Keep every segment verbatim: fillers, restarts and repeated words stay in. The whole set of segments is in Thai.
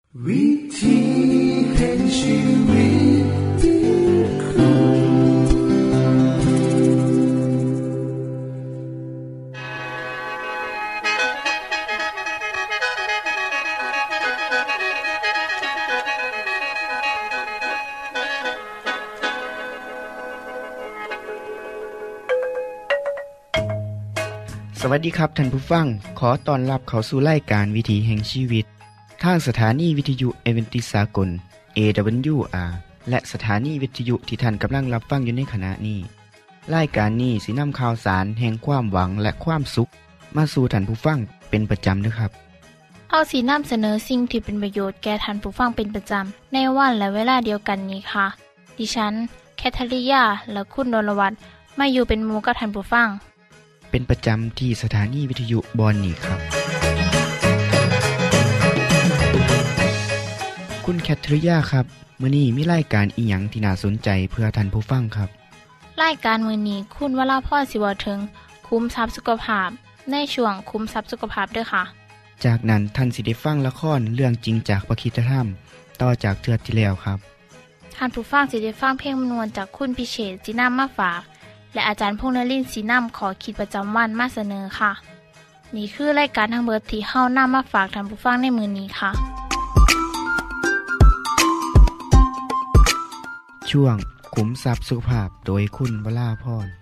วิธีแห่งชีวิตติคุณสวัสดีครับท่านผู้ฟังขอต้อนรับเข้าสู่รายการวิถีแห่งชีวิตทางสถานีวิทยุเอเวนติสากล เอ ดับเบิลยู อาร์ และสถานีวิทยุที่ท่านกำลังรับฟังอยู่ในขณะนี้รายการนี้สินำข่าวสารแห่งความหวังและความสุขมาสู่ท่านผู้ฟังเป็นประจำนะครับเฮาสินำเสนอสิ่งที่เป็นประโยชน์แก่ท่านผู้ฟังเป็นประจำในวันและเวลาเดียวกันนี้ค่ะดิฉันแคทริยาและคุณนรวัตน์มาอยู่เป็นหมู่กับท่านผู้ฟังเป็นประจำที่สถานีวิทยุบอนนี่ครับคุณแคทริยาครับมื้อนี้มีรายการอีหยังที่น่าสนใจเพื่อท่านผู้ฟังครับรายการมื้อนี้คุณวราพรสิเว้าถึงคุ้มทรัพย์สุขภาพในช่วงคุ้มทรัพย์สุขภาพด้วยค่ะจากนั้นท่านสิได้ฟังละครเรื่องจริงจากพระคริสตธรรมต่อจากเทื่อที่แล้วครับท่านผู้ฟังสิได้ฟังเพลงมนวนจากคุณพิเชษฐ์สินำมาฝากและอาจารย์พงษ์นฤมลศรีนำขอคิดประจำวันมาเสนอค่ะนี่คือรายการทั้งเบิดที่เฮานำมาฝากท่านผู้ฟังในมื้อนี้ค่ะช่วงขุมทรัพย์สุขภาพโดยคุณวราพร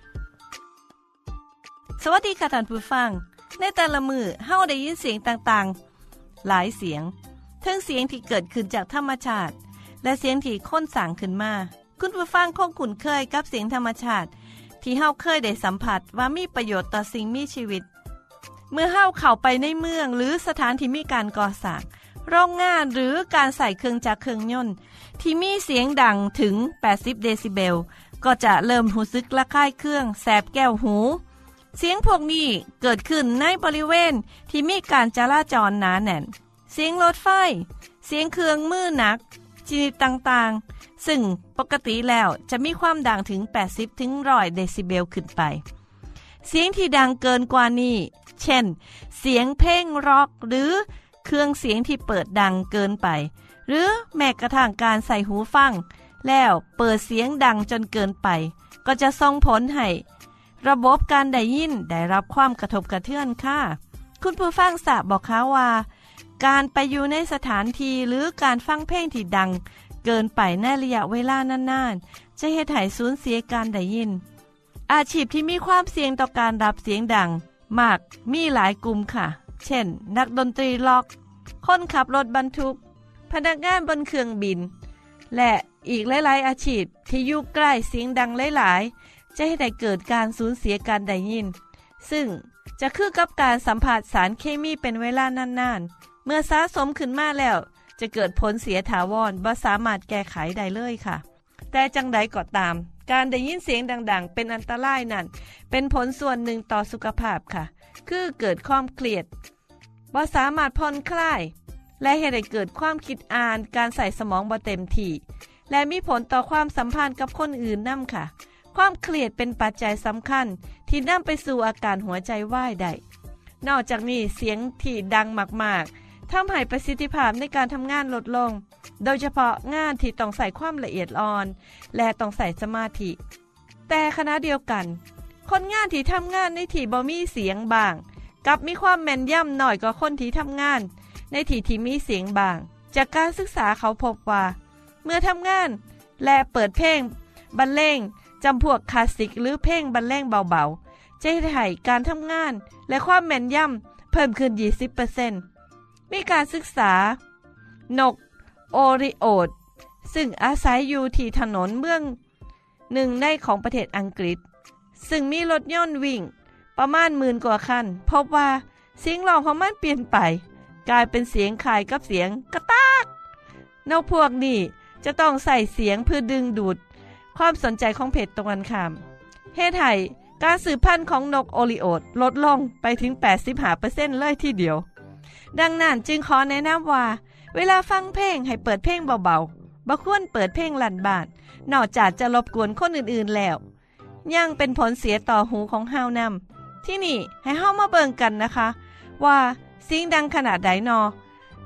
สวัสดีค่ะท่านผู้ฟังในแต่ละมื้อเฮาได้ยินเสียงต่างๆหลายเสียงทั้งเสียงที่เกิดขึ้นจากธรรมชาติและเสียงที่คนสร้างขึ้นมาคุณผู้ฟังคงคุ้นเคยกับเสียงธรรมชาติที่เฮาเคยได้สัมผัสว่ามีประโยชน์ต่อสิ่งมีชีวิตเมื่อเฮาเข้าไปในเมืองหรือสถานที่มีการก่อสร้างโรงงานหรือการใส่เครื่องจักรเครื่องยนต์ที่มีเสียงดังถึงแปดสิบเดซิเบลก็จะเริ่มรู้สึกระคายเคืองแสบแก้วหูเสียงพวกนี้เกิดขึ้นในบริเวณที่มีการจราจรหนาแน่นเสียงรถไฟเสียงเครื่องมือหนักชนิดต่างๆซึ่งปกติแล้วจะมีความดังถึงแปดสิบถึงหนึ่งร้อยเดซิเบลขึ้นไปเสียงที่ดังเกินกว่านี้เช่นเสียงเพลงร็อกหรือเครื่องเสียงที่เปิดดังเกินไปหรือแม้กระทั่งการใส่หูฟังแล้วเปิดเสียงดังจนเกินไปก็จะส่งผลให้ระบบการได้ยินได้รับความกระทบกระเทือนค่ะคุณผู้ฟังทราบบอกคะว่าการไปอยู่ในสถานที่หรือการฟังเพลงที่ดังเกินไปในระยะเวลานานๆจะเฮ็ดให้สูญเสียการได้ยินอาชีพที่มีความเสี่ยงต่อการรับเสียงดังมากมีหลายกลุ่มค่ะเช่นนักดนตรีร็อกคนขับรถบรรทุกพนักงานบนเครื่องบินและอีกหลายๆอาชีพที่อยู่ใกล้เสียงดังหลายๆจะให้ได้เกิดการสูญเสียการได้ยินซึ่งจะคือกับการสัมผัสสารเคมีเป็นเวลานานๆเมื่อสะสมขึ้นมาแล้วจะเกิดผลเสียถาวรบ่สามารถแก้ไขได้เลยค่ะแต่จังใดก็ตามการได้ยินเสียงดังๆเป็นอันตรายนั่นเป็นผลส่วนหนึ่งต่อสุขภาพค่ะคือเกิดความเครียดบ่สามารถผ่อนคลายและเฮ็ดให้เกิดความคิดอ่านการใส่สมองบ่เต็มที่และมีผลต่อความสัมพันธ์กับคนอื่นนำค่ะความเครียดเป็นปัจจัยสำคัญที่นำไปสู่อาการหัวใจวายได้นอกจากนี้เสียงที่ดังมากๆทำให้ประสิทธิภาพในการทำงานลดลงโดยเฉพาะงานที่ต้องใส่ความละเอียดอ่อนและต้องใส่สมาธิแต่ขณะเดียวกันคนงานที่ทำงานในที่บ่มีเสียงบางกับมีความแม่นยำน้อยกว่าคนที่ทำงานในที่ที่มีเสียงบางจากการศึกษาเขาพบว่าเมื่อทำงานและเปิดเพลงบรรเลงจำพวกคลาสสิกหรือเพลงบรรเลงเบาๆจะให้การทำงานและความแม่นยำเพิ่มขึ้น ยี่สิบเปอร์เซ็นต์ มีการศึกษานกโอริโอดซึ่งอาศัยอยู่ที่ถนนเมืองหนึ่งในของประเทศอังกฤษซึ่งมีรถยนต์วิ่งประมาณหมื่นกว่าคันพบว่าเสียงร้องของมันเปลี่ยนไปกลายเป็นเสียงคล้ายกับเสียงกระตากนกพวกนี้จะต้องใส่เสียงเพื่อดึงดูดความสนใจของเพศตรงกันข้ามเฮ็ดให้การสืบพันธุ์ของนกโอริโอดลดลงไปถึง แปดสิบห้าเปอร์เซ็นต์ เลยทีเดียวดังนั้นจึงขอแนะนำว่าเวลาฟังเพลงให้เปิดเพลงเบาๆบ่ควรเปิดเพลงลั่นบ้านนอกจากจะรบกวนคนอื่นๆแล้วยังเป็นผลเสียต่อหูของเฮานำที่นี่ให้เฮามาเบิ่งกันนะคะว่าเสียงดังขนาดใดนอ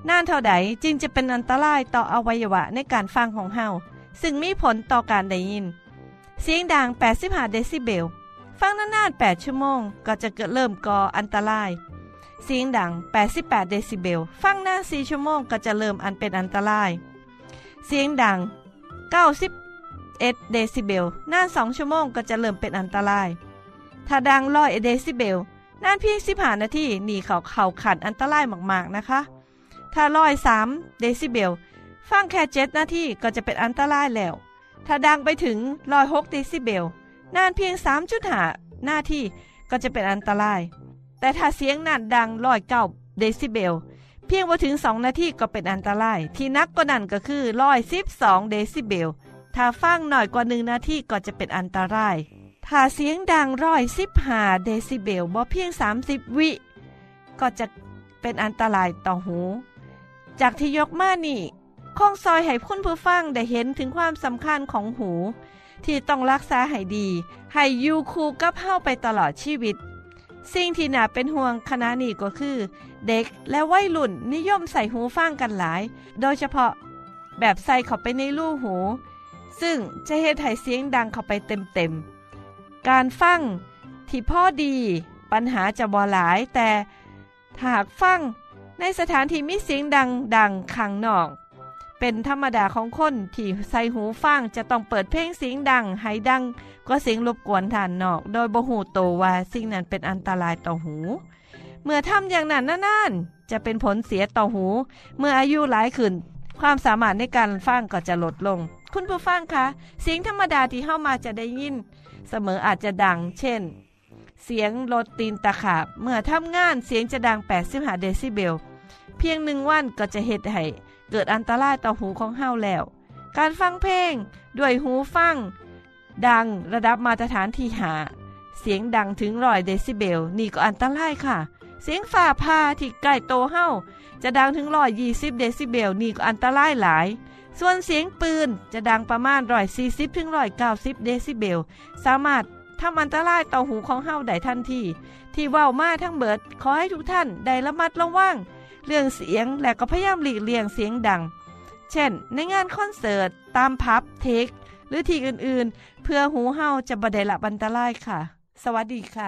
นานเท่าใดจึงจะเป็นอันตรายต่ออวัยวะในการฟังของเฮาซึ่งมีผลต่อการได้ยินเสียงดังแปดสิบห้าเดซิเบลฟังนานๆแปดชั่วโมงก็จะเกิดเริ่มก่ออันตรายเสียงดังแปดสิบแปดเดซิเบลฟังนานสี่ชั่วโมงก็จะเริ่มอันเป็นอันตรายเสียงดังเก้าสิบเอ็ดเดซิเบลนานสองชั่วโมงก็จะเริ่มเป็นอันตรายถ้าดังหนึ่งร้อยเดซิเบลนานเพียงสิบห้านาทีนี่เขาเข้าขันอันตรายมากๆนะคะถ้าหนึ่งร้อยสามเดซิเบลฟังแค่เจ็ดนาทีก็จะเป็นอันตรายแล้วถ้าดังไปถึงหนึ่งร้อยหกเดซิเบลนานเพียง สามจุดห้า นาทีก็จะเป็นอันตรายแต่ถ้าเสียงนั้นดังหนึ่งร้อยเก้าเดซิเบลเพียงบ่ถึงสองนาทีก็เป็นอันตรายที่นักกว่านั้นก็คือหนึ่งร้อยสิบสองเดซิเบลถ้าฟังน้อยกว่าหนึ่งนาทีก็จะเป็นอันตรายถ้าเสียงดังหนึ่งร้อยสิบห้าเดซิเบลบ่เพียงสามสิบวิก็จะเป็นอันตรายต่อหูจากที่ยกมานี่คงซอยให้คุณผู้ฟังได้เห็นถึงความสำคัญของหูที่ต้องรักษาให้ดีให้อยู่คู่กับเฮาไปตลอดชีวิตสิ่งที่น่าเป็นห่วงขณะนี้ก็คือเด็กและวัยรุ่นนิยมใส่หูฟังกันหลายโดยเฉพาะแบบใส่เข้าไปในรูหูซึ่งจะเฮ็ดให้เสียงดังเข้าไปเต็มๆการฟังที่พอดีปัญหาจะบ่หลายแต่ถ้าหากฟังในสถานที่มีเสียงดังดังข้างนอกเป็นธรรมดาของคนที่ใส่หูฟังจะต้องเปิดเพลงเสียงดังให้ดังก็เสียงรบกวนฐานนอกโดยบ่ฮู้โตว่าสิ่งนั้นเป็นอันตรายต่อหูเมื่อทำอย่างนั้นนานๆจะเป็นผลเสียต่อหูเมื่ออายุหลายขึ้นความสามารถในการฟังก็จะลดลงคุณผู้ฟังคะเสียงธรรมดาที่เฮามาจะได้ยินเสมออาจจะดังเช่นเสียงรถตีนตะขาบเมื่อทำงานเสียงจะดังแปดสิบห้าเดซิเบลเพียงหนึ่งวันก็จะเฮ็ดให้เกิดอันตรายต่อหูของเฮาแล้วการฟังเพลงด้วยหูฟังดังระดับมาตรฐานที่ห้าเสียงดังถึงหนึ่งร้อยเดซิเบลนี่ก็อันตรายค่ะเสียงฝ่าผ่าที่ใกล้โตเฮาจะดังถึงหนึ่งร้อยยี่สิบเดซิเบลนี่ก็อันตรายหลายส่วนเสียงปืนจะดังประมาณหนึ่งร้อยสี่สิบถึงหนึ่งร้อยเก้าสิบเดซิเบลสามารถทำอันตรายต่อหูของเฮาได้ทันทีที่เว้ามาทั้งเบิดขอให้ทุกท่านได้ระมัดระวังเรื่องเสียงและก็พยายามหลีกเลี่ยงเสียงดังเช่นในงานคอนเสิร์ตตามพับเทคหรือที่อื่นๆเพื่อหูเฮาจะบ่ได้รับอันตรายค่ะสวัสดีค่ะ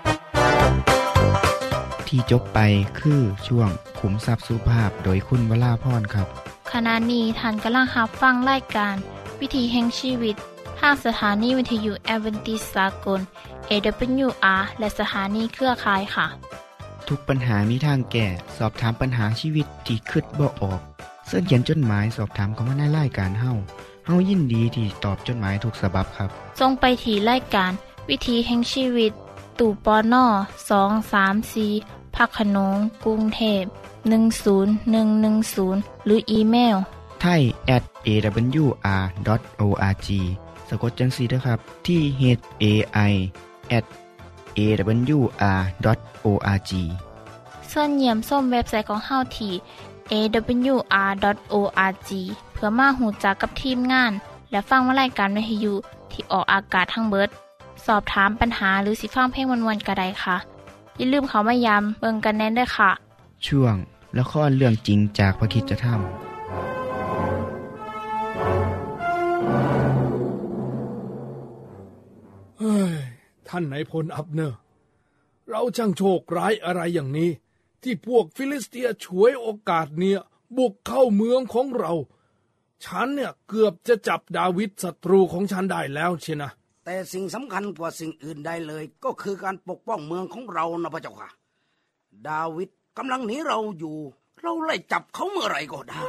ที่จบไปคือช่วงขุมทรัพย์สุภาพโดยคุณวราพรครับขณะนี้ท่านกำลังรับฟังรายการวิถีแห่งชีวิตทางสถานีวิทยุแอดเวนทิสต์สากล เอ ดับเบิลยู อาร์ และสถานีเครือข่ายค่ะทุกปัญหามีทางแก้สอบถามปัญหาชีวิตที่คิดบ่ออกเสิร์ชเขียนจดหมายสอบถามเข้ามาในรายการเฮาเฮายินดีที่ตอบจดหมายทุกฉบับครับส่งไปที่รายการวิถีแห่งชีวิตตู้ปนสอง สาม สี่พักขนงกรุงเทพหนึ่งศูนย์หนึ่งหนึ่งศูนย์หรืออีเมลไทย แอท เอ ดับเบิลยู อาร์ ดอท โอ อาร์ จี สะกดจังซี่เด้อครับที่ เอช เอ ไอ แอท เอ ดับเบิลยู อาร์ ดอท โอ อาร์ จีส่วนเยี่ยมส้มเว็บไซต์ของเฮาที่ เอ ดับเบิลยู อาร์ ดอท โอ อาร์ จี เพื่อมาหูจักกับทีมงานและฟังวารายการวิทยุที่ออกอากาศทั้งเบิดสอบถามปัญหาหรือสิฟังเพลงม่วนๆก็ได้ค่ะอย่าลืมเข้ามาย้ำเบิ่งกันแน่นด้วยค่ะช่วงละครเรื่องจริงจากพระคริสตธรรมเฮ้ยท่านนายพลอับเนอร์เราช่างโชคร้ายอะไรอย่างนี้ที่พวกฟิลิสเตียฉวยโอกาสเนี่ยบุกเข้าเมืองของเราฉันเนี่ยเกือบจะจับดาวิดศัตรูของฉันได้แล้วเชียวนะแต่สิ่งสำคัญกว่าสิ่งอื่นใดเลยก็คือการปกป้องเมืองของเรานะพระเจ้าค่ะดาวิดกำลังหนีเราอยู่เราไล่จับเขาเมื่อไหร่ก็ได้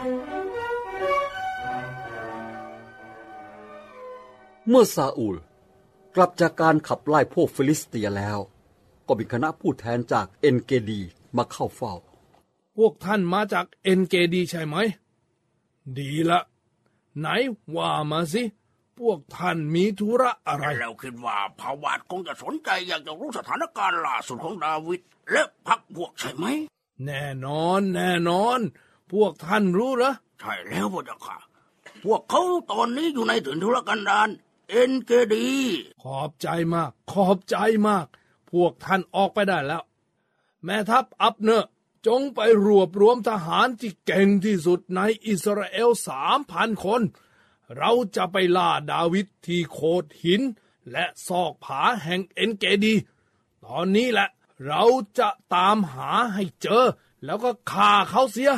เมื่อซาอูลกลับจากการขับไล่พวกฟิลิสเตียแล้วก็มีคณะผู้แทนจากเอ็นเกดีมาเข้าเฝ้าพวกท่านมาจากเอ็นเกดีใช่ไหมดีละไหนว่ามาสิพวกท่านมีธุระอะไรเราคิดว่าพาวาดคงจะสนใจอยากจะรู้สถานการณ์ล่าสุดของดาวิดและพรรคพวกใช่ไหมแน่นอนแน่นอนพวกท่านรู้เหรอใช่แล้วพระเจ้าค่ะพวกเขาตอนนี้อยู่ในถิ่นทุรกันดารเอ็นเกดีขอบใจมากขอบใจมากพวกท่านออกไปได้แล้วแม่ทัพอับเนอร์จงไปรวบรวมทหารที่เก่งที่สุดในอิสราเอล สามพัน คนเราจะไปล่าดาวิดที่โขดหินและซอกผาแห่งเอ็นเกดีตอนนี้แหละเราจะตามหาให้เจอแล้วก็ฆ่าเขาเสีย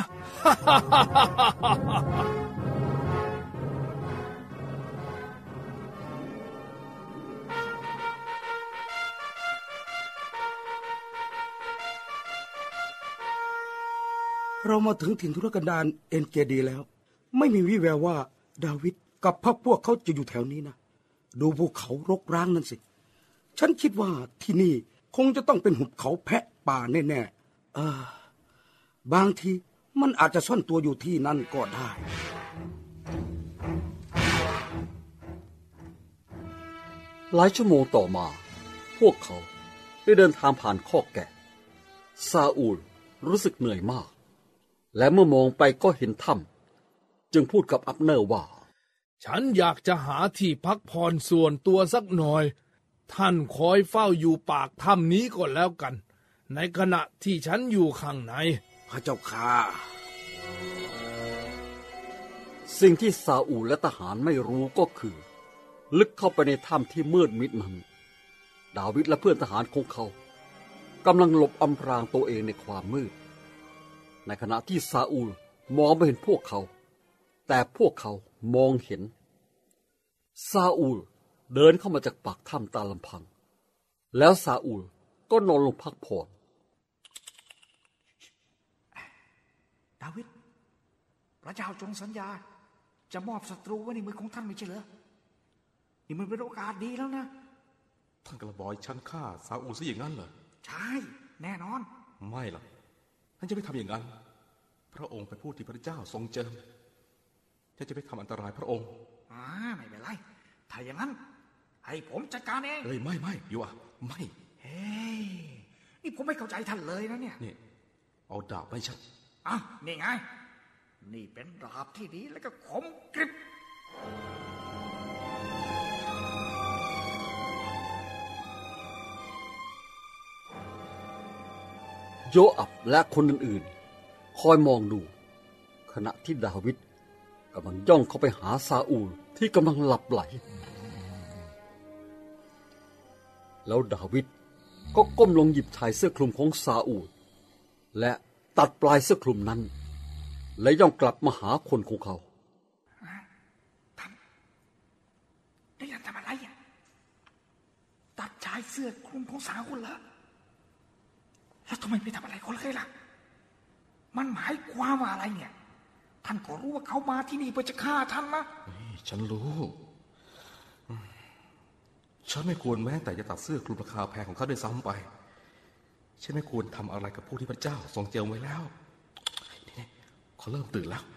เรามาถึงถิ่นทุรกันดารเอ็นเกดีแล้วไม่มีวี่แววว่าดาวิดกับพรรคพวกเขาจะอยู่แถวนี้นะดูภูเขารกร้างนั่นสิฉันคิดว่าที่นี่คงจะต้องเป็นหุบเขาแพะป่าแน่ๆเออบางทีมันอาจจะซ่อนตัวอยู่ที่นั่นก็ได้หลายชั่วโมงต่อมาพวกเขาได้เดินทางผ่านคอกแกะซาอูลรู้สึกเหนื่อยมากและเมื่อมองไปก็เห็นถ้ำจึงพูดกับอับเนอร์ว่าฉันอยากจะหาที่พักผ่อนส่วนตัวสักหน่อยท่านคอยเฝ้าอยู่ปากถ้ำนี้ก็แล้วกันในขณะที่ฉันอยู่ข้างในพระเจ้าค่ะสิ่งที่ซาอูลและทหารไม่รู้ก็คือลึกเข้าไปในถ้ำที่มืดมิดนั้นดาวิดและเพื่อนทหารของเขากำลังหลบอำพรางตัวเองในความมืดในขณะที่ซาอูลมองไม่เห็นพวกเขาแต่พวกเขามองเห็นซาอูลเดินเข้ามาจากปากถ้ำตามลำพังแล้วซาอูลก็นอนลงพักผ่อนดาวิดพระเจ้าทรงสัญญาจะมอบศัตรูไว้ในมือของท่านไม่ใช่เหรอนี่มันเป็นโอกาสดีแล้วนะท่านกระบอกฉันฆ่าซาอูลซะอย่างนั้นเหรอใช่แน่นอนไม่หรอกท่านจะไม่ทำอย่างนั้นพระองค์ไปพูดที่พระเจ้าทรงเจิมท่านจะไม่ทำอันตรายพระองค์อ่าไม่เป็นไรถ้าอย่างนั้นให้ผมจัดการเองเอ้ยไม่ไม่อยู่อ่ะไม่เฮ้ยนี่ผมไม่เข้าใจท่านเลยนะเนี่ยนี่เอาดาบให้ฉันอ่ะนี่ไงนี่เป็นดาบที่ดีแล้วก็คมกริบโยอับและคนอื่นๆคอยมองดูขณะที่ดาวิดกำลังย่องเข้าไปหาซาอูลที่กำลังหลับไหลแล้วดาวิดก็ก้มลงหยิบชายเสื้อคลุมของซาอูลและตัดปลายเสื้อคลุมนั้นและย่องกลับมาหาคนของเขาท่านนี่ท่านทำอะไรอ่ะตัดชายเสื้อคลุมของซาอูลเหรอแล้วทำไมไม่ทำอะไรเขาเลยล่ะมันหมายความว่าอะไรเนี่ยท่านก็รู้ว่าเขามาที่นี่เพื่อจะฆ่าท่านนะฉันรู้ฉันไม่ควรแม้แต่จะตัดเสื้อคลุมราคาแพงของเขาด้วยซ้ำไปฉันไม่ควรทำอะไรกับผู้ที่พระเจ้าทรงเจิมไว้แล้วนี่เขาเริ่มตื่นแล้ว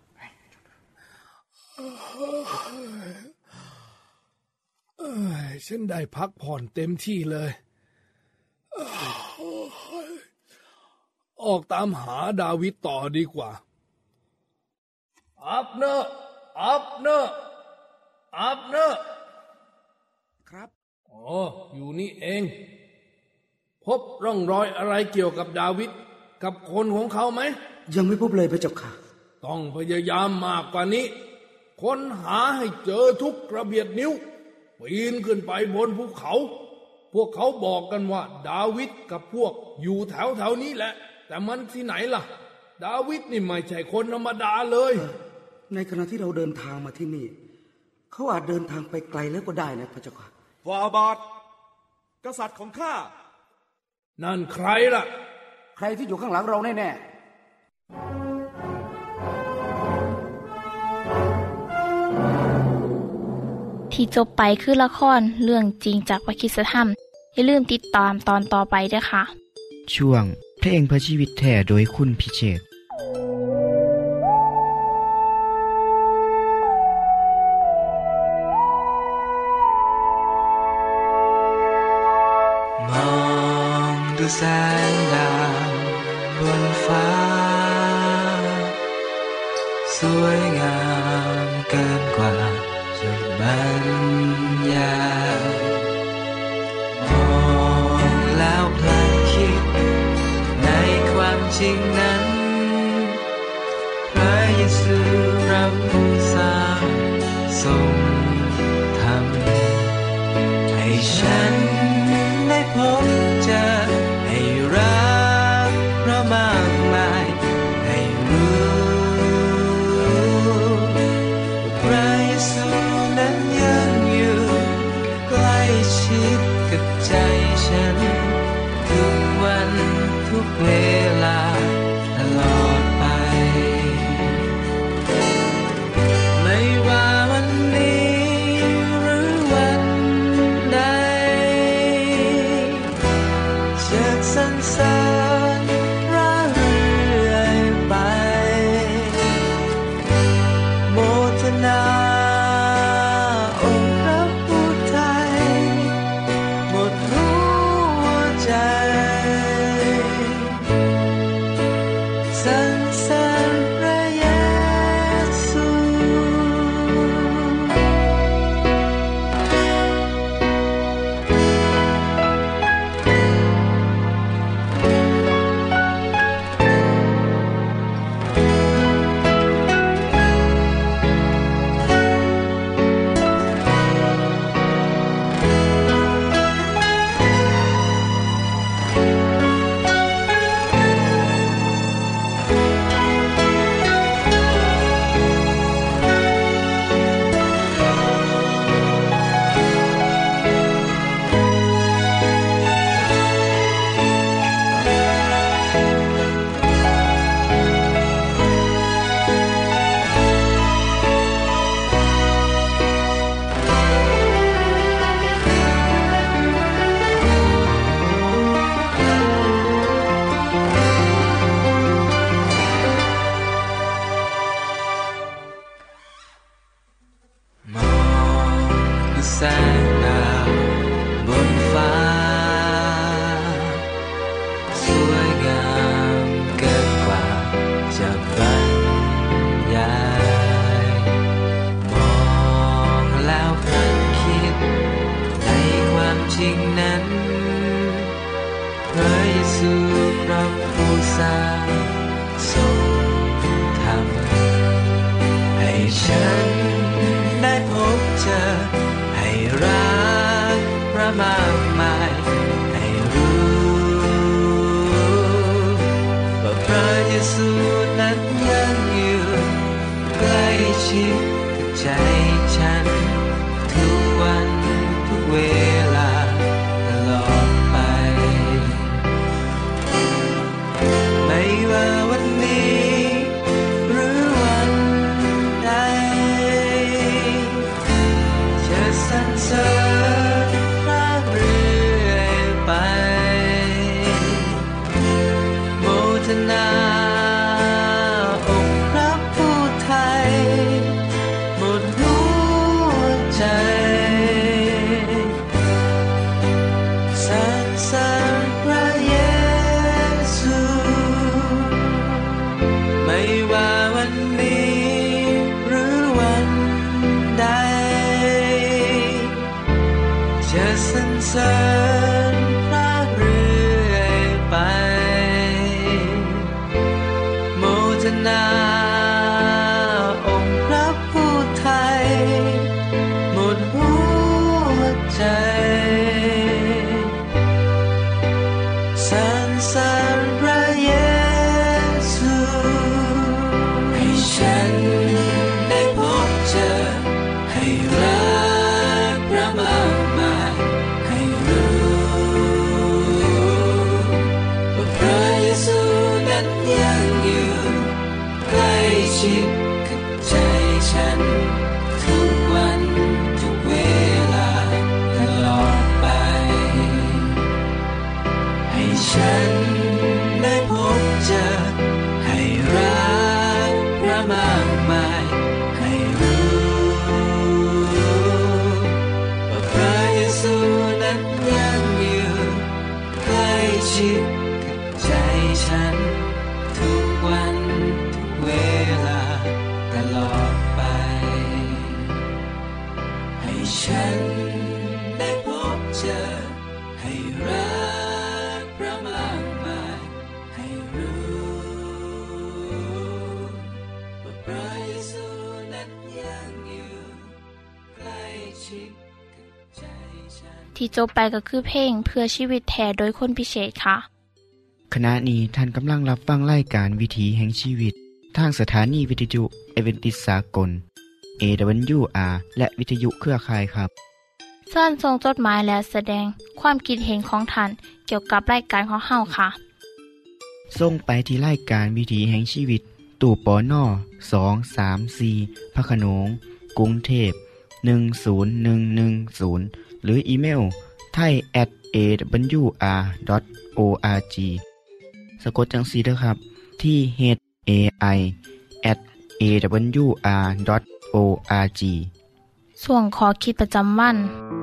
ฉันได้พักผ่อนเต็มที่เลยออกตามหาดาวิดต่อดีกว่าอับเนอร์อับเนอร์อับเนอร์ครับอ๋ออยู่นี่เองพบร่องรอยอะไรเกี่ยวกับดาวิดกับคนของเขาไหมยังไม่พบเลยพระเจ้าค่ะต้องพยายามมากกว่านี้ค้นหาให้เจอทุกกระเบียดนิ้วปีนขึ้นไปบนภูเขาพวกเขาบอกกันว่าดาวิดกับพวกอยู่แถวแถวนี้แหละแต่มันที่ไหนล่ะดาวิดนี่ไม่ใช่คนธรรมดาเลยในขณะที่เราเดินทางมาที่นี่เขาอาจเดินทางไปไกลแล้วก็ได้นะพระเจ้าค่ะฝ่าบาทกษัตริย์ของข้านั่นใครล่ะใครที่อยู่ข้างหลังเราแน่ๆที่จบไปคือละครเรื่องจริงจากวิคิสธรรมอย่าลืมติดตามตอนต่อไปด้วยค่ะช่วงเพลงเพื่อชีวิตแท้โดยคุณพิเชษฐ์มองดูแสงดาวบนฟ้าสวยงามเกินกว่าจะบรรยายมองแล้วพลันคิดในความจจริงนั้นพระเยซูพระผู้สร้างทรงทำให้ฉันได้พบเจอให้รักเพราะมากมายให้รู้พระเยซูนั้นยังอยู่ใกล้ชิดกับใจฉันทุกวันทุกเวลาตลอดไปไม่ว่าวันนี้หรือวันใดจะสรรเสริญพระเรื่อยไปโมทนาองค์พระผู้ไทยหมดหัวใจสรรเสริญพระเยซูมองดูแสงดาวบนฟ้าสวยงามเกินกว่าจะบรรยายมองแล้วพลันคิดในความจริงนั้นพระเยซูพระผู้สร้างทรงทำให้ฉันได้พบเจอให้รักพระมากมายให้รู้ว่าพระเยซูนั้นยังอยู่ใกล้ชิดกับใจฉันทุกวันทุกเวลาตลอดไปไม่ว่าวันนี้หรือวันใดจะสรรเสริญพระเรื่อยไปโมทนาองค์พระผู้ไทยหมดหัวใจสรรเสริญพระเยซูไม่ว่าวันนี้หรือวันใดจะสรรเสริญพระเรื่อยไปโมทนาองค์พระผู้ไทยหมดหัวใจสรรเสริญพระเยซูให้ฉันได้พบเจอให้รักพระมากมายให้รู้ว่าพระเยซูนั้นยังอยู่ใกล้ชิดกับใจฉันทุกวันทุกเวลาตลอดไปให้ฉันได้พบเจอให้รักพระมากมายให้รู้ว่าพระเยซูนั้นยังอยู่ใกล้ชิดกับใจฉันทุกวันทุกเวลาตลอดไปให้ฉันได้พบเจอให้รักพระมากมายให้รู้ที่จบไปก็คือเพลงเพื่อชีวิตแท้โดยคนพิเศษค่ะขณะนี้ท่านกำลังรับฟังรายการวิถีแห่งชีวิตทางสถานีวิทยุเอเวนติสากล เอ ดับเบิลยู อาร์ และวิทยุเครือข่ายครับเชิญส่งจดหมายและแสดงความคิดเห็นของท่านเกี่ยวกับรายการของเฮาค่ะส่งไปที่รายการวิถีแห่งชีวิตตู้ปนสอง สาม สี่พระโขนงกรุงเทพหนึ่งศูนย์หนึ่งหนึ่งศูนย์หรืออีเมล ไทย แอท เอ ดับเบิลยู อาร์ ดอท โอ อาร์ จี สะกดจังซี่เด้อครับที่ เอช เอ ไอ แอท เอ ดับเบิลยู อาร์ ดอท โอ อาร์ จีส่วนขอคิดประจำวัน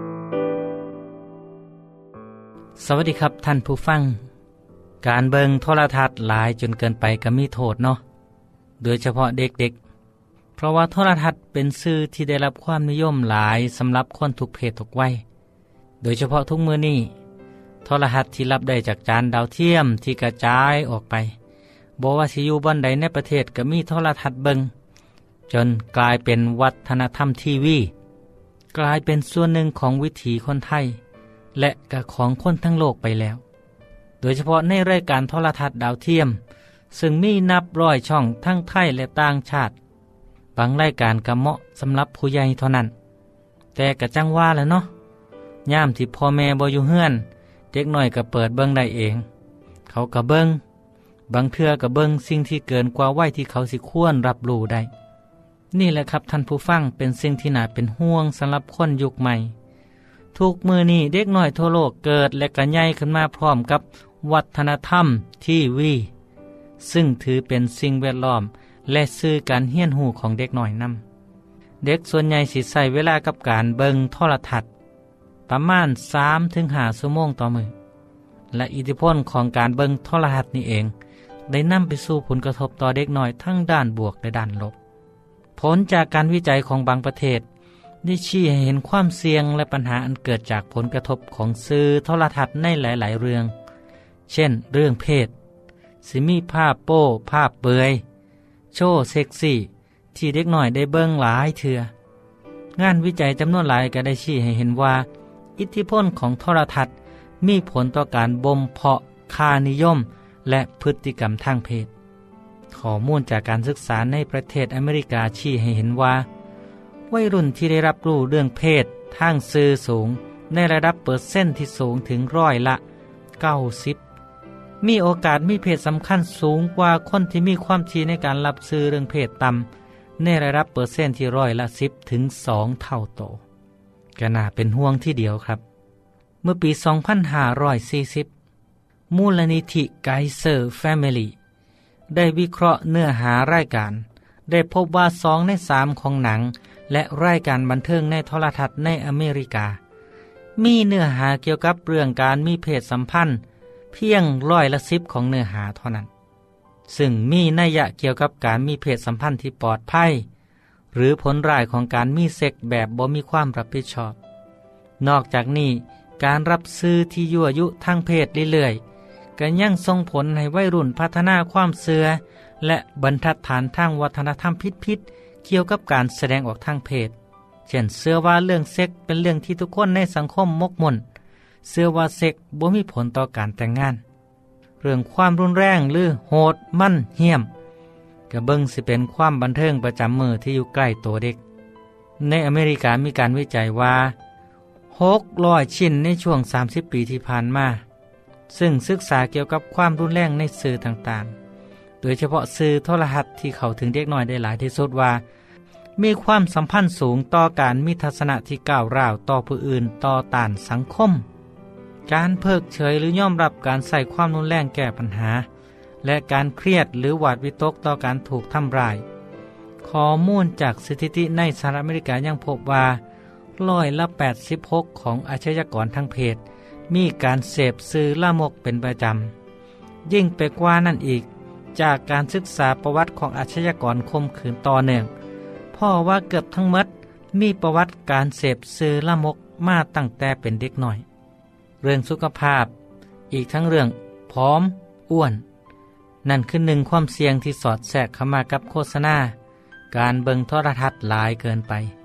สวัสดีครับท่านผู้ฟังการเบิงโทรทัศน์หลายจนเกินไปก็มีโทษเนาะโดยเฉพาะเด็กๆเพราะว่าโทรทัศน์เป็นสื่อที่ได้รับความนิยมหลายสำหรับคนทุกเพศทุกวัยโดยเฉพาะทุกมื้อนี้โทรทัศน์ที่รับได้จากจานดาวเทียมที่กระจายออกไปบ่ว่าสิอยู่บ่อนใดในประเทศก็มีโทรทัศน์เบิงจนกลายเป็นวัฒนธรรมทีวีกลายเป็นส่วนหนึ่งของวิถีคนไทยและก็ของคนทั้งโลกไปแล้วโดยเฉพาะในรายการโทรทัศน์ดาวเทียมซึ่งมีนับร้อยช่องทั้งไทยและต่างชาติบางรายการก็เหมาะสำหรับผู้ใหญ่เท่านั้นแต่ก็จังว่าแล้วเนาะย่ามที่พ่อแม่บ่อยู่เฮือนเด็กน้อยก็เปิดเบิ่งได้เองเขาก็เบิ่งบางเทื่อก็เบิ่งสิ่งที่เกินกว่าวัยที่เขาสิควรรับรู้ได้นี่แหละครับท่านผู้ฟังเป็นสิ่งที่น่าเป็นห่วงสำหรับคนยุคใหม่ทุกมือนี้เด็กน้อยทั่วโลกเกิดและก็ใหญ่ขึ้นมาพร้อมกับวัฒนธรรมทีวีซึ่งถือเป็นสิ่งแวดล้อมและสื่อการเรียนรู้ของเด็กน้อยนำเด็กส่วนใหญ่สิใช้เวลากับการเบิ่งโทรทัศน์ประมาณ สามถึงห้า ชั่วโมงต่อมื้อและอิทธิพลของการเบิ่งโทรทัศน์นี้เองได้นำไปสู่ผลกระทบต่อเด็กน้อยทั้งด้านบวกและด้านลบผลจากการวิจัยของบางประเทศได้ชี้ให้เห็นความเสี่ยงและปัญหาอันเกิดจากผลกระทบของสื่อโทรทัศน์ในหลายๆเรื่องเช่นเรื่องเพศสิมีภาพโป้ภาพเปลือยโชว์เซ็กซี่ที่เด็กน้อยได้เบิ่งหลายเทื่องานวิจัยจำนวนหลายก็ได้ชี้ให้เห็นว่าอิทธิพลของโทรทัศน์มีผลต่อการบ่มเพาะค่านิยมและพฤติกรรมทางเพศข้อมูลจากการศึกษาในประเทศอเมริกาชี้ให้เห็นว่าวัยรุ่นที่ได้รับรู้เรื่องเพศทางสื่อสูงในระดับเปอร์เซ็นต์ที่สูงถึงร้อยละเก้าสิบมีโอกาสมีเพศสำคัญสูงกว่าคนที่มีความถี่ในการรับสื่อเรื่องเพศต่ำในระดับเปอร์เซ็นต์ที่ร้อยละสิบถึงสองเท่าโตก็น่าเป็นห่วงที่เดียวครับเมื่อปีสองพันห้าร้อยสี่สิบมูลนิธิไกเซอร์แฟมิลี่ได้วิเคราะห์เนื้อหารายการได้พบว่าสองในสามของหนังและรายการบันเทิงในโทรทัศน์ในอเมริกามีเนื้อหาเกี่ยวกับเรื่องการมีเพศสัมพันธ์เพียงร้อยละสิบของเนื้อหาเท่านั้นซึ่งมีนัยยะเกี่ยวกับการมีเพศสัมพันธ์ที่ปลอดภัยหรือผลร้ายของการมีเซ็กแบบบ่มีความรับผิดชอบนอกจากนี้การรับซื้อที่ยั่วยุทางเพศเรื่อยๆก็ยังส่งผลให้วัยรุ่นพัฒนาความเชื่อและบรรทัดฐานทางวัฒนธรรมผิดๆเกี่ยวกับการแสดงออกทางเพศเช่นเชื่อว่าเรื่องเซ็กเป็นเรื่องที่ทุกคนในสังคมมกมุ่นเชื่อว่าเซ็กบ่มีผลต่อการแต่งงานเรื่องความรุนแรงหรือโหดมั่นเหี้ยมก็เบิ่งสิเป็นความบันเทิงประจำมือที่อยู่ใกล้ตัวเด็กในอเมริกามีการวิจัยว่าหกร้อยชิ้นในช่วงสามสิบปีที่ผ่านมาซึ่งศึกษาเกี่ยวกับความรุนแรงในสื่อต่างๆโดยเฉพาะสื่อโทรทัศน์ที่เข้าถึงเด็กน้อยได้หลายที่สุดว่ามีความสัมพันธ์สูงต่อการมีทัศนะที่ก้าวร้าวต่อผู้อื่นต่อต้านสังคมการเพิกเฉยหรือยอมรับการใส่ความรุนแรงแก้ปัญหาและการเครียดหรือหวาดวิตกต่อการถูกทำร้ายข้อมูลจากสถิติในสหรัฐอเมริกายังพบว่าร้อยละแปดสิบหกของอาชญากรทางเพศมีการเสพสื่อลามกเป็นประจำยิ่งไปกว่านั้นอีกจากการศึกษาประวัติของอาชญากรข่มขืนต่อเนื่องพ่อว่าเกือบทั้งหมดมีประวัติการเสพสื่อลามกมาตั้งแต่เป็นเด็กน้อยเรื่องสุขภาพอีกทั้งเรื่องผอมอ้วนนั่นคือหนึ่งความเสี่ยงที่สอดแทรกเข้ามากับโฆษณาการเบิ่งโทรทัศน์หลายเกินไป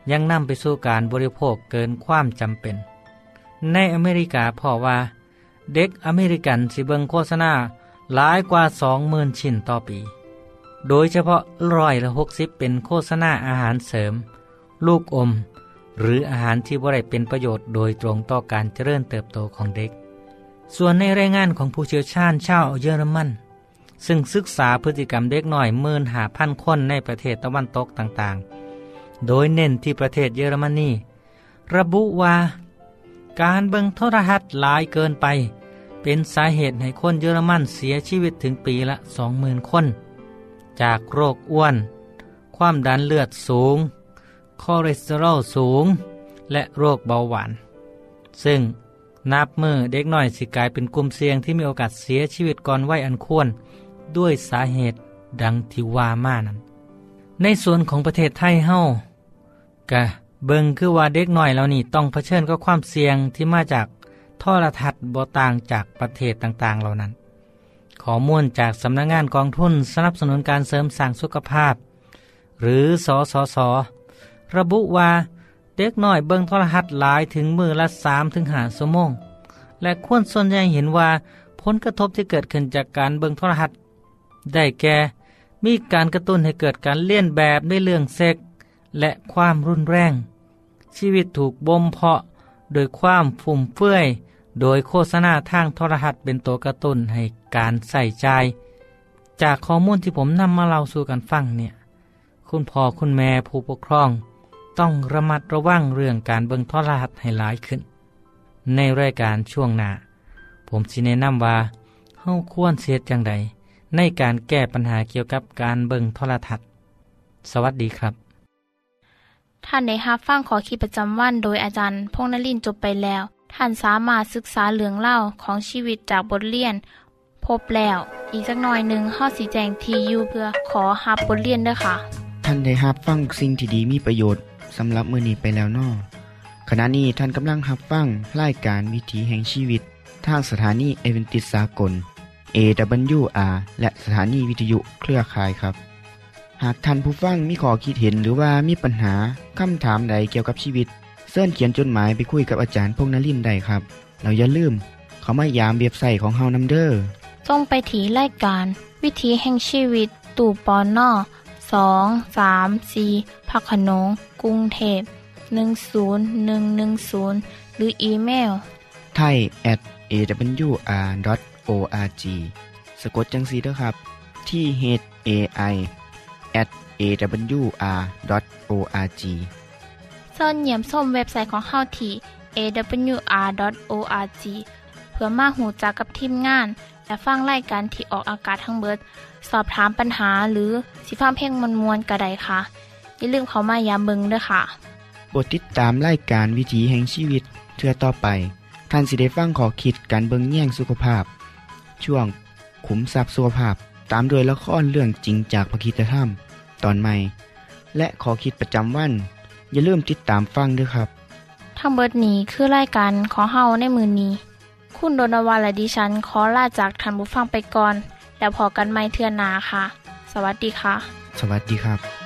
ยังนำไปสู่การบริโภคเกินความจำเป็นในอเมริกาพอว่าเด็กอเมริกันสิเบิงโฆษณาหลายกว่า สองหมื่น ชิ้นต่อปีโดยเฉพาะร้อยละหกสิบเป็นโฆษณาอาหารเสริมลูกอมหรืออาหารที่บ่ได้เป็นประโยชน์โดยตรงต่อการเจริญเติบโตของเด็กส่วนในรายงานของผู้เชี่ยวชาญชาวเยอรมันซึ่งศึกษาพฤติกรรมเด็กน้อย หนึ่งหมื่นห้าพัน คนในประเทศตะวันตกต่างๆโดยเน้นที่ประเทศเยอรมนีระบุว่าการเบิ่งโทรทัศน์หลายเกินไปเป็นสาเหตุให้คนเยอรมันเสียชีวิตถึงปีละ สองหมื่น คนจากโรคอ้วนความดันเลือดสูงคอเลสเตอรอลสูงและโรคเบาหวานซึ่งนับมือเด็กน้อยสิกลายเป็นกลุ่มเสี่ยงที่มีโอกาสเสียชีวิตก่อนวัยอันควรด้วยสาเหตุดังที่ว่ามานั้นในส่วนของประเทศไทยเฮากะเบิ่งคือว่าเด็กน้อยเหล่านี้ต้องเผชิญกับความเสี่ยงที่มาจากโทรทัศน์บ่ต่างจากประเทศต่างๆเหล่านั้นข้อมูลจากสำนักงานกองทุนสนับสนุนการเสริมสร้างสุขภาพหรือสสส.ระบุว่าเด็กน้อยเบิ่งโทรทัศน์หลายถึงมื้อละ สามถึงห้า ชั่วโมงและคนส่วนใหญ่เห็นว่าผลกระทบที่เกิดขึ้นจากการเบิ่งโทรทัศน์ได้แก่มีการกระตุ้นให้เกิดการเลียนแบบในเรื่องเซ็กและความรุนแรงชีวิตถูกบ่มเพาะโดยความฟุ่มเฟือยโดยโฆษณาทางโทรทัศน์เป็นตัวกระตุ้นให้การใส่ใจจากข้อมูลที่ผมนำมาเล่าสู่กันฟังเนี่ยคุณพ่อคุณแม่ผู้ปกครองต้องระมัดระวังเรื่องการเบิ่งโทรทัศน์ให้หลายขึ้นในรายการช่วงหน้าผมสิแนะนำว่าเฮาควรเสียจังใดในการแก้ปัญหาเกี่ยวกับการเบิ่งโทรทัศน์สวัสดีครับท่านได้รับฟังขอคิดประจำวันโดยอาจารย์พงษ์นฤมย์จบไปแล้วท่านสามารถศึกษาเรื่องเล่าของชีวิตจากบทเรียนพบแล้วอีกสักหน่อยหนึ่งเฮาสิแจ้งที่อยู่เพื่อขอรับบทเรียนด้วยค่ะท่านได้รับฟังสิ่งที่ดีมีประโยชน์สำหรับมื้อนี้ไปแล้วน้อขณะนี้ท่านกำลังรับฟังรายการวิถีแห่งชีวิตทางสถานีเอเวนติสากล เอ ดับเบิลยู อาร์ และสถานีวิทยุเครือข่ายครับหากท่านผู้ฟังมีข้อคิดเห็นหรือว่ามีปัญหาคำถามใดเกี่ยวกับชีวิตเชิญเขียนจดหมายไปคุยกับอาจารย์พงษ์นฤมย์ได้ครับแล้วอย่าลืมเข้ามายามเว็บไซต์ของเฮานำเด้อส่งไปที่รายการวิถีแห่งชีวิตตู่ปนสอง สาม สี่พระโขนงกรุงเทพหนึ่ง ศูนย์ หนึ่ง หนึ่ง ศูนย์หรืออีเมลไทย แอท เอ ดับเบิลยู อาร์ ดอท โอ อาร์ จี สะกดจังซี่เด้อครับที่ เอช เอ ไอ แอท เอ ดับเบิลยู อาร์ ดอท โอ อาร์ จีเชิญเยี่ยมชมเว็บไซต์ของเฮาที่ เอ ดับเบิลยู อาร์ ดอท โอ อาร์ จี เพื่อมาหูจักกับทีมงานและฟังรายการที่ออกอากาศทั้งเบิดสอบถามปัญหาหรือสิฟังเพลงมวลๆก็ได้ค่ะอย่าลืมเข้ามายามเบิ่งด้วยค่ะโปรดติดตามรายการวิถีแห่งชีวิตเทื่อต่อไปท่านสิได้ฟังขอคิดการเบิ่งแย่งสุขภาพช่วงขุมทรัพย์สุขภาพตามโดยละครเรื่องจริงจากพระคริสตธรรมตอนใหม่และขอคิดประจำวันอย่าลืมติดตามฟังด้วยครับทั้งเบิดนี้คือรายการขอเฮาในมือนี้คุณโดนวาและดิฉันขอลาจากท่านผู้ฟังไปก่อนแล้วพอกันใหม่เทื่อหน้าค่ะสวัสดีค่ะสวัสดีครับ